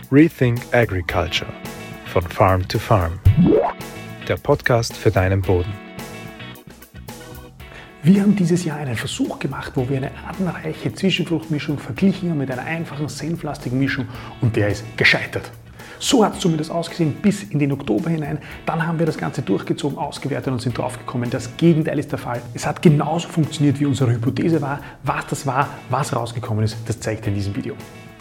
Rethink Agriculture von Farm to Farm. Der Podcast für deinen Boden. Wir haben dieses Jahr einen Versuch gemacht, wo wir eine artenreiche Zwischenfruchtmischung verglichen haben mit einer einfachen senflastigen Mischung und der ist gescheitert. So hat es zumindest ausgesehen bis in den Oktober hinein. Dann haben wir das Ganze durchgezogen, ausgewertet und sind draufgekommen, das Gegenteil ist der Fall. Es hat genauso funktioniert, wie unsere Hypothese war. Was das war, was rausgekommen ist, das zeigt in diesem Video.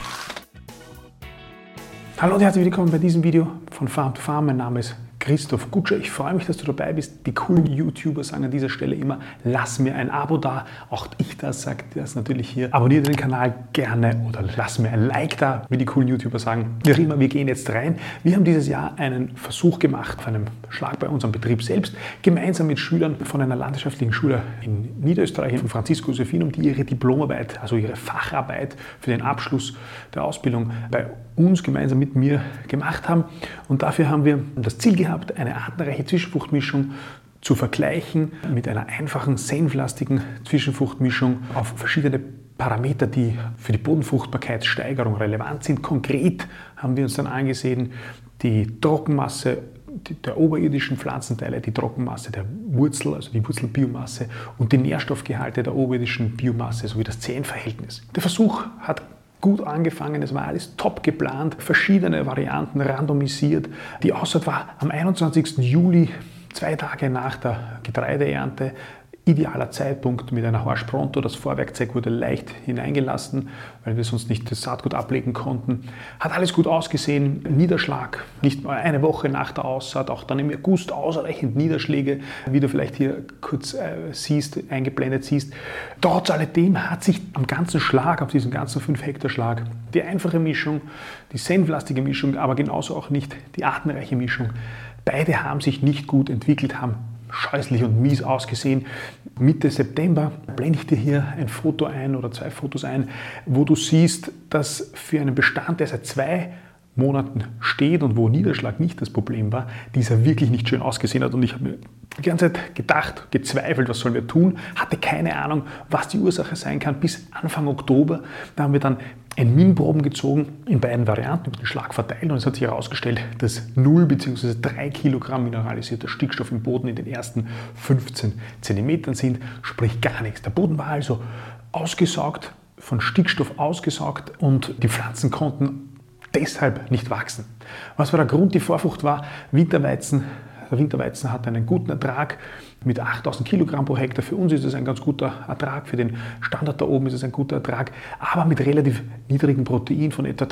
Hallo und herzlich willkommen bei diesem Video von Farm to Farm. Mein Name ist Christoph Gutscher. Ich freue mich, dass du dabei bist. Die coolen YouTuber sagen an dieser Stelle immer, lass mir ein Abo da. Auch ich sage das natürlich hier. Abonniere den Kanal gerne oder lass mir ein Like da, wie die coolen YouTuber sagen. Wie auch immer, wir gehen jetzt rein. Wir haben dieses Jahr einen Versuch gemacht auf einem Schlag bei unserem Betrieb selbst, gemeinsam mit Schülern von einer landwirtschaftlichen Schule in Niederösterreich, von Francisco Josephinum, die ihre Diplomarbeit, also ihre Facharbeit für den Abschluss der Ausbildung bei uns gemeinsam mit mir gemacht haben. Und dafür haben wir das Ziel gehabt, eine artenreiche Zwischenfruchtmischung zu vergleichen mit einer einfachen senflastigen Zwischenfruchtmischung auf verschiedene Parameter, die für die Bodenfruchtbarkeitssteigerung relevant sind. Konkret haben wir uns dann angesehen, die Trockenmasse der oberirdischen Pflanzenteile, die Trockenmasse der Wurzel, also die Wurzelbiomasse und die Nährstoffgehalte der oberirdischen Biomasse sowie das CN-Verhältnis. Der Versuch hat gut angefangen, es war alles top geplant, verschiedene Varianten randomisiert. Die Aussaat war am 21. Juli, 2 Tage nach der Getreideernte. Idealer Zeitpunkt mit einer Horsch Pronto. Das Vorwerkzeug wurde leicht hineingelassen, weil wir sonst nicht das Saatgut ablegen konnten. Hat alles gut ausgesehen. Niederschlag, nicht mal eine Woche nach der Aussaat, auch dann im August ausreichend Niederschläge, wie du vielleicht hier kurz eingeblendet siehst. Trotz alledem hat sich am ganzen Schlag, auf diesem ganzen 5-Hektar-Schlag, die einfache Mischung, die senflastige Mischung, aber genauso auch nicht die artenreiche Mischung, beide haben sich nicht gut entwickelt, haben scheußlich und mies ausgesehen. Mitte September blende ich dir hier ein Foto ein oder 2 Fotos ein, wo du siehst, dass für einen Bestand, der seit 2 Monaten steht und wo Niederschlag nicht das Problem war, dieser wirklich nicht schön ausgesehen hat. Und ich habe mir die ganze Zeit gedacht, gezweifelt, was sollen wir tun, hatte keine Ahnung, was die Ursache sein kann. Bis Anfang Oktober, da haben wir dann Minproben gezogen in beiden Varianten über den Schlag verteilt und es hat sich herausgestellt, dass 0 bzw. 3 Kilogramm mineralisierter Stickstoff im Boden in den ersten 15 Zentimetern sind, sprich gar nichts. Der Boden war also ausgesaugt, von Stickstoff ausgesaugt und die Pflanzen konnten deshalb nicht wachsen. Was war der Grund? Die Vorfrucht war Winterweizen. Der Winterweizen hat einen guten Ertrag mit 8000 Kilogramm pro Hektar. Für uns ist es ein ganz guter Ertrag, für den Standort da oben ist es ein guter Ertrag, aber mit relativ niedrigem Protein von etwa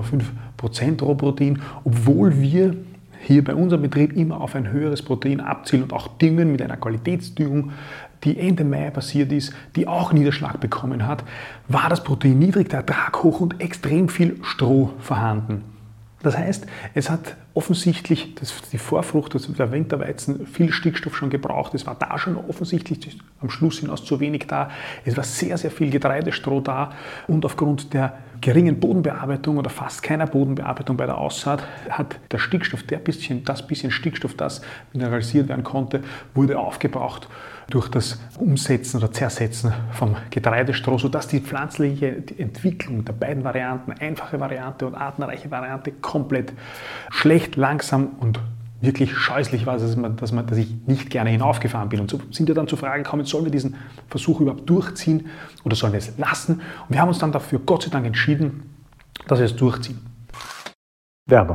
13,5% Rohprotein, obwohl wir hier bei unserem Betrieb immer auf ein höheres Protein abzielen und auch düngen mit einer Qualitätsdüngung, die Ende Mai passiert ist, die auch Niederschlag bekommen hat, war das Protein niedrig, der Ertrag hoch und extrem viel Stroh vorhanden. Das heißt, es hat offensichtlich die Vorfrucht, der Winterweizen, viel Stickstoff schon gebraucht. Es war da schon offensichtlich am Schluss hinaus zu wenig da. Es war sehr, sehr viel Getreidestroh da und aufgrund der geringen Bodenbearbeitung oder fast keiner Bodenbearbeitung bei der Aussaat hat der Stickstoff, das bisschen Stickstoff, das mineralisiert werden konnte, wurde aufgebraucht durch das Umsetzen oder Zersetzen vom Getreidestroh, sodass die pflanzliche Entwicklung der beiden Varianten, einfache Variante und artenreiche Variante, komplett schlecht, langsam und wirklich scheußlich war, dass ich nicht gerne hinaufgefahren bin. Und so sind wir dann zur Frage gekommen, sollen wir diesen Versuch überhaupt durchziehen oder sollen wir es lassen? Und wir haben uns dann dafür Gott sei Dank entschieden, dass wir es durchziehen. Werbung.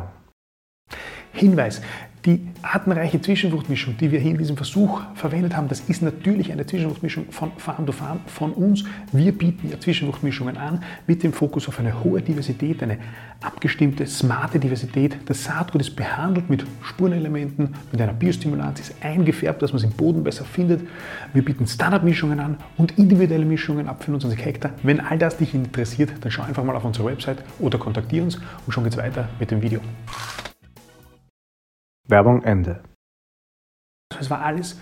Hinweis. Die artenreiche Zwischenfruchtmischung, die wir hier in diesem Versuch verwendet haben, das ist natürlich eine Zwischenfruchtmischung von Farm to Farm, von uns. Wir bieten ja Zwischenfruchtmischungen an mit dem Fokus auf eine hohe Diversität, eine abgestimmte, smarte Diversität. Das Saatgut ist behandelt mit Spurenelementen, mit einer Biostimulanz, ist eingefärbt, dass man es im Boden besser findet. Wir bieten Standardmischungen an und individuelle Mischungen ab 25 Hektar. Wenn all das dich interessiert, dann schau einfach mal auf unsere Website oder kontaktiere uns und schon geht's weiter mit dem Video. Werbung Ende. Es war alles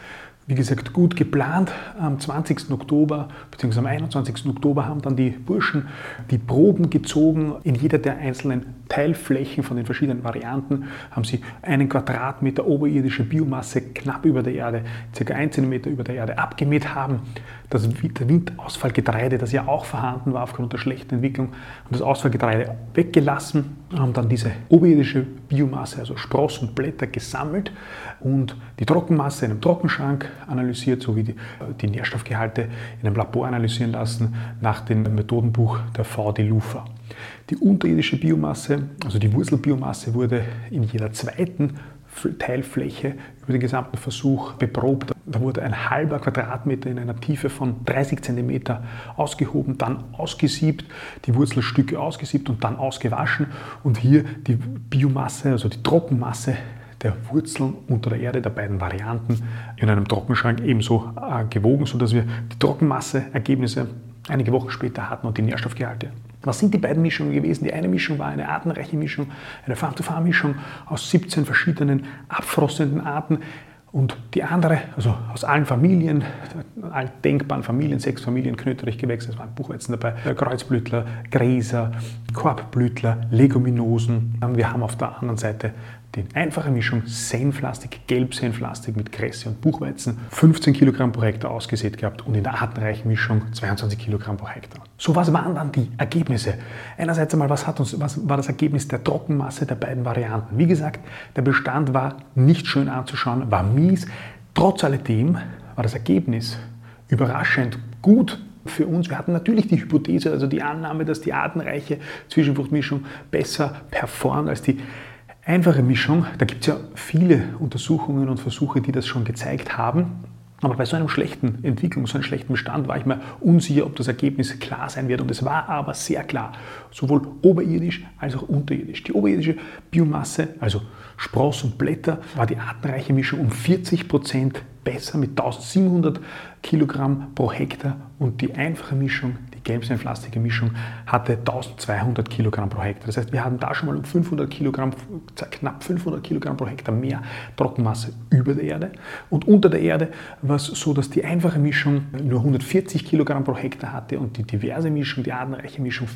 wie gesagt, gut geplant. Am 20. Oktober bzw. am 21. Oktober haben dann die Burschen die Proben gezogen. In jeder der einzelnen Teilflächen von den verschiedenen Varianten haben sie 1 Quadratmeter oberirdische Biomasse knapp über der Erde, ca. 1 Zentimeter über der Erde abgemäht haben. Das Windausfallgetreide, das ja auch vorhanden war aufgrund der schlechten Entwicklung, haben das Ausfallgetreide weggelassen, haben dann diese oberirdische Biomasse, also Spross und Blätter, gesammelt und die Trockenmasse in einem Trockenschrank analysiert, sowie die Nährstoffgehalte in einem Labor analysieren lassen nach dem Methodenbuch der VD Lufa. Die unterirdische Biomasse, also die Wurzelbiomasse, wurde in jeder zweiten Teilfläche über den gesamten Versuch beprobt. Da wurde ein halber Quadratmeter in einer Tiefe von 30 cm ausgehoben, dann ausgesiebt, die Wurzelstücke ausgesiebt und dann ausgewaschen und hier die Biomasse, also die Trockenmasse der Wurzeln unter der Erde der beiden Varianten in einem Trockenschrank ebenso gewogen, sodass wir die Trockenmasseergebnisse einige Wochen später hatten und die Nährstoffgehalte. Was sind die beiden Mischungen gewesen? Die eine Mischung war eine artenreiche Mischung, eine Farm-to-Farm-Mischung aus 17 verschiedenen abfrostenden Arten. Und die andere, also aus allen Familien, allen denkbaren Familien, 6 Familien, Knöterichgewächse, es waren Buchweizen dabei, Kreuzblütler, Gräser, Korbblütler, Leguminosen. Wir haben auf der anderen Seite die einfache Mischung Senflastig, Gelbsenflastig mit Kresse und Buchweizen, 15 Kilogramm pro Hektar ausgesät gehabt und in der artenreichen Mischung 22 Kilogramm pro Hektar. So, was waren dann die Ergebnisse? Einerseits einmal, was war das Ergebnis der Trockenmasse der beiden Varianten? Wie gesagt, der Bestand war nicht schön anzuschauen, war mies. Trotz alledem war das Ergebnis überraschend gut für uns. Wir hatten natürlich die Hypothese, also die Annahme, dass die artenreiche Zwischenfruchtmischung besser performt als die einfache Mischung. Da gibt es ja viele Untersuchungen und Versuche, die das schon gezeigt haben. Aber bei so einem schlechten Entwicklung, so einem schlechten Bestand war ich mir unsicher, ob das Ergebnis klar sein wird. Und es war aber sehr klar, sowohl oberirdisch als auch unterirdisch. Die oberirdische Biomasse, also Spross und Blätter, war die artenreiche Mischung um 40% besser mit 1700 Kilogramm pro Hektar und die einfache Mischung, die gelbsenflastige Mischung, hatte 1200 Kilogramm pro Hektar. Das heißt, wir hatten da schon mal um 500 Kilogramm, knapp 500 Kilogramm pro Hektar mehr Trockenmasse über der Erde. Und unter der Erde war es so, dass die einfache Mischung nur 140 Kilogramm pro Hektar hatte und die diverse Mischung, die artenreiche Mischung,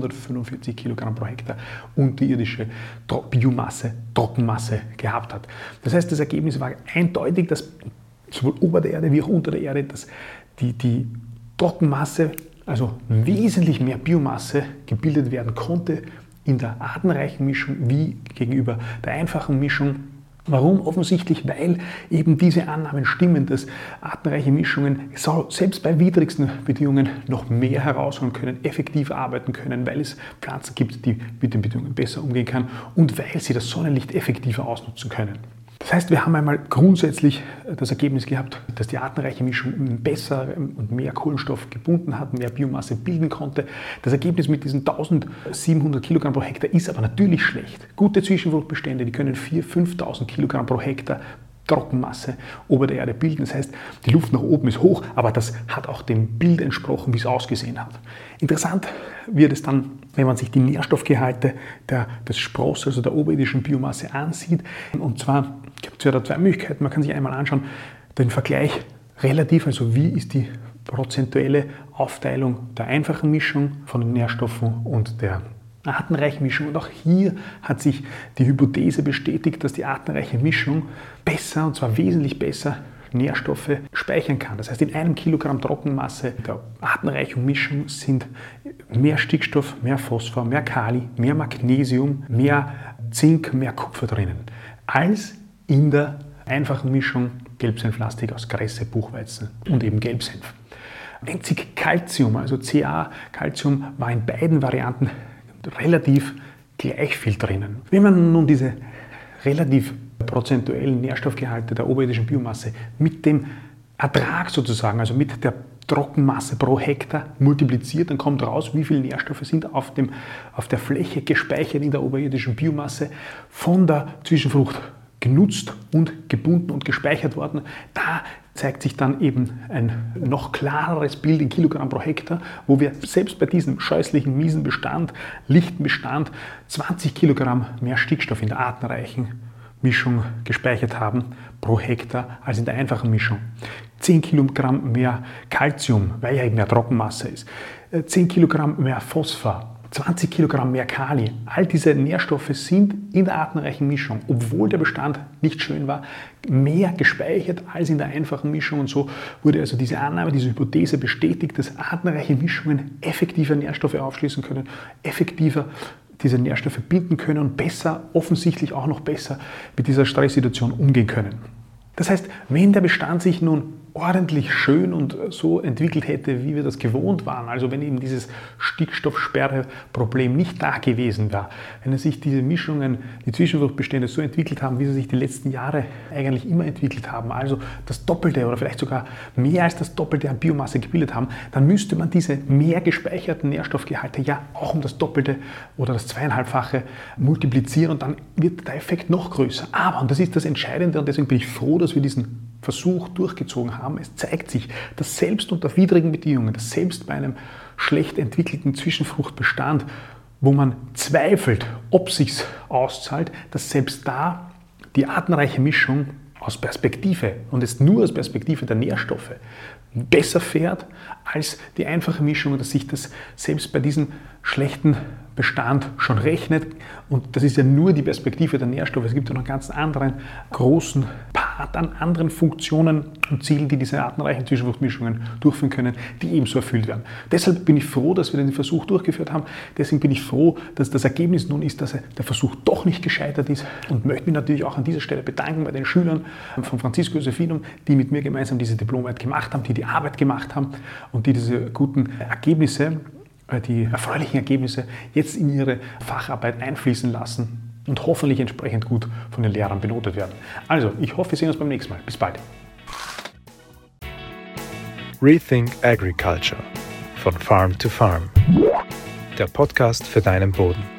545 Kilogramm pro Hektar unterirdische Biomasse, Trockenmasse gehabt hat. Das heißt, das Ergebnis war eindeutig, dass sowohl ober der Erde wie auch unter der Erde, dass die Trockenmasse, also wesentlich mehr Biomasse gebildet werden konnte in der artenreichen Mischung wie gegenüber der einfachen Mischung. Warum? Offensichtlich, weil eben diese Annahmen stimmen, dass artenreiche Mischungen selbst bei widrigsten Bedingungen noch mehr herausholen können, effektiver arbeiten können, weil es Pflanzen gibt, die mit den Bedingungen besser umgehen können und weil sie das Sonnenlicht effektiver ausnutzen können. Das heißt, wir haben einmal grundsätzlich das Ergebnis gehabt, dass die artenreiche Mischung besser und mehr Kohlenstoff gebunden hat, mehr Biomasse bilden konnte. Das Ergebnis mit diesen 1700 Kilogramm pro Hektar ist aber natürlich schlecht. Gute Zwischenfruchtbestände, die können 4.000, 5.000 Kilogramm pro Hektar Trockenmasse ober der Erde bilden. Das heißt, die Luft nach oben ist hoch, aber das hat auch dem Bild entsprochen, wie es ausgesehen hat. Interessant wird es dann, wenn man sich die Nährstoffgehalte des Spross, also der oberirdischen Biomasse ansieht. Und zwar gibt es ja da zwei Möglichkeiten. Man kann sich einmal anschauen, den Vergleich relativ, also wie ist die prozentuelle Aufteilung der einfachen Mischung von den Nährstoffen und der artenreiche Mischung. Und auch hier hat sich die Hypothese bestätigt, dass die artenreiche Mischung besser, und zwar wesentlich besser, Nährstoffe speichern kann. Das heißt, in einem Kilogramm Trockenmasse der artenreichen Mischung sind mehr Stickstoff, mehr Phosphor, mehr Kali, mehr Magnesium, mehr Zink, mehr Kupfer drinnen, als in der einfachen Mischung Gelbsenflastig aus Kresse, Buchweizen und eben Gelbsenf. Einzig Calcium, also Ca, Calcium, war in beiden Varianten relativ gleich viel drinnen. Wenn man nun diese relativ prozentuellen Nährstoffgehalte der oberirdischen Biomasse mit dem Ertrag sozusagen, also mit der Trockenmasse pro Hektar multipliziert, dann kommt raus, wie viele Nährstoffe sind auf der Fläche gespeichert in der oberirdischen Biomasse von der Zwischenfrucht genutzt und gebunden und gespeichert worden. Da zeigt sich dann eben ein noch klareres Bild in Kilogramm pro Hektar, wo wir selbst bei diesem scheußlichen, miesen Bestand, lichten Bestand, 20 Kilogramm mehr Stickstoff in der artenreichen Mischung gespeichert haben pro Hektar als in der einfachen Mischung. 10 Kilogramm mehr Calcium, weil ja eben mehr Trockenmasse ist. 10 Kilogramm mehr Phosphor. 20 Kilogramm mehr Kali. All diese Nährstoffe sind in der artenreichen Mischung, obwohl der Bestand nicht schön war, mehr gespeichert als in der einfachen Mischung. Und so wurde also diese Annahme, diese Hypothese bestätigt, dass artenreiche Mischungen effektiver Nährstoffe aufschließen können, effektiver diese Nährstoffe binden können und besser, offensichtlich auch noch besser mit dieser Stresssituation umgehen können. Das heißt, wenn der Bestand sich nun ordentlich schön und so entwickelt hätte, wie wir das gewohnt waren, also wenn eben dieses Stickstoffsperre-Problem nicht da gewesen wäre, wenn sich diese Mischungen, die Zwischenfruchtbestände so entwickelt haben, wie sie sich die letzten Jahre eigentlich immer entwickelt haben, also das Doppelte oder vielleicht sogar mehr als das Doppelte an Biomasse gebildet haben, dann müsste man diese mehr gespeicherten Nährstoffgehalte ja auch um das Doppelte oder das 2,5-fache multiplizieren und dann wird der Effekt noch größer. Aber, und das ist das Entscheidende und deswegen bin ich froh, dass wir diesen Versuch durchgezogen haben. Es zeigt sich, dass selbst unter widrigen Bedingungen, dass selbst bei einem schlecht entwickelten Zwischenfruchtbestand, wo man zweifelt, ob sich's auszahlt, dass selbst da die artenreiche Mischung aus Perspektive und jetzt nur aus Perspektive der Nährstoffe besser fährt als die einfache Mischung und dass sich das selbst bei diesem schlechten Bestand schon rechnet. Und das ist ja nur die Perspektive der Nährstoffe. Es gibt ja noch einen ganz anderen großen Part an anderen Funktionen und Zielen, die diese artenreichen Zwischenfruchtmischungen durchführen können, die ebenso erfüllt werden. Deshalb bin ich froh, dass wir den Versuch durchgeführt haben. Deswegen bin ich froh, dass das Ergebnis nun ist, dass der Versuch doch nicht gescheitert ist und möchte mich natürlich auch an dieser Stelle bedanken bei den Schülern von Francisco Josephinum, die mit mir gemeinsam diese Diplomarbeit gemacht haben, die Arbeit gemacht haben und die diese guten Ergebnisse, die erfreulichen Ergebnisse jetzt in ihre Facharbeit einfließen lassen und hoffentlich entsprechend gut von den Lehrern benotet werden. Also, ich hoffe, wir sehen uns beim nächsten Mal. Bis bald. Rethink Agriculture von Farm to Farm. Der Podcast für deinen Boden.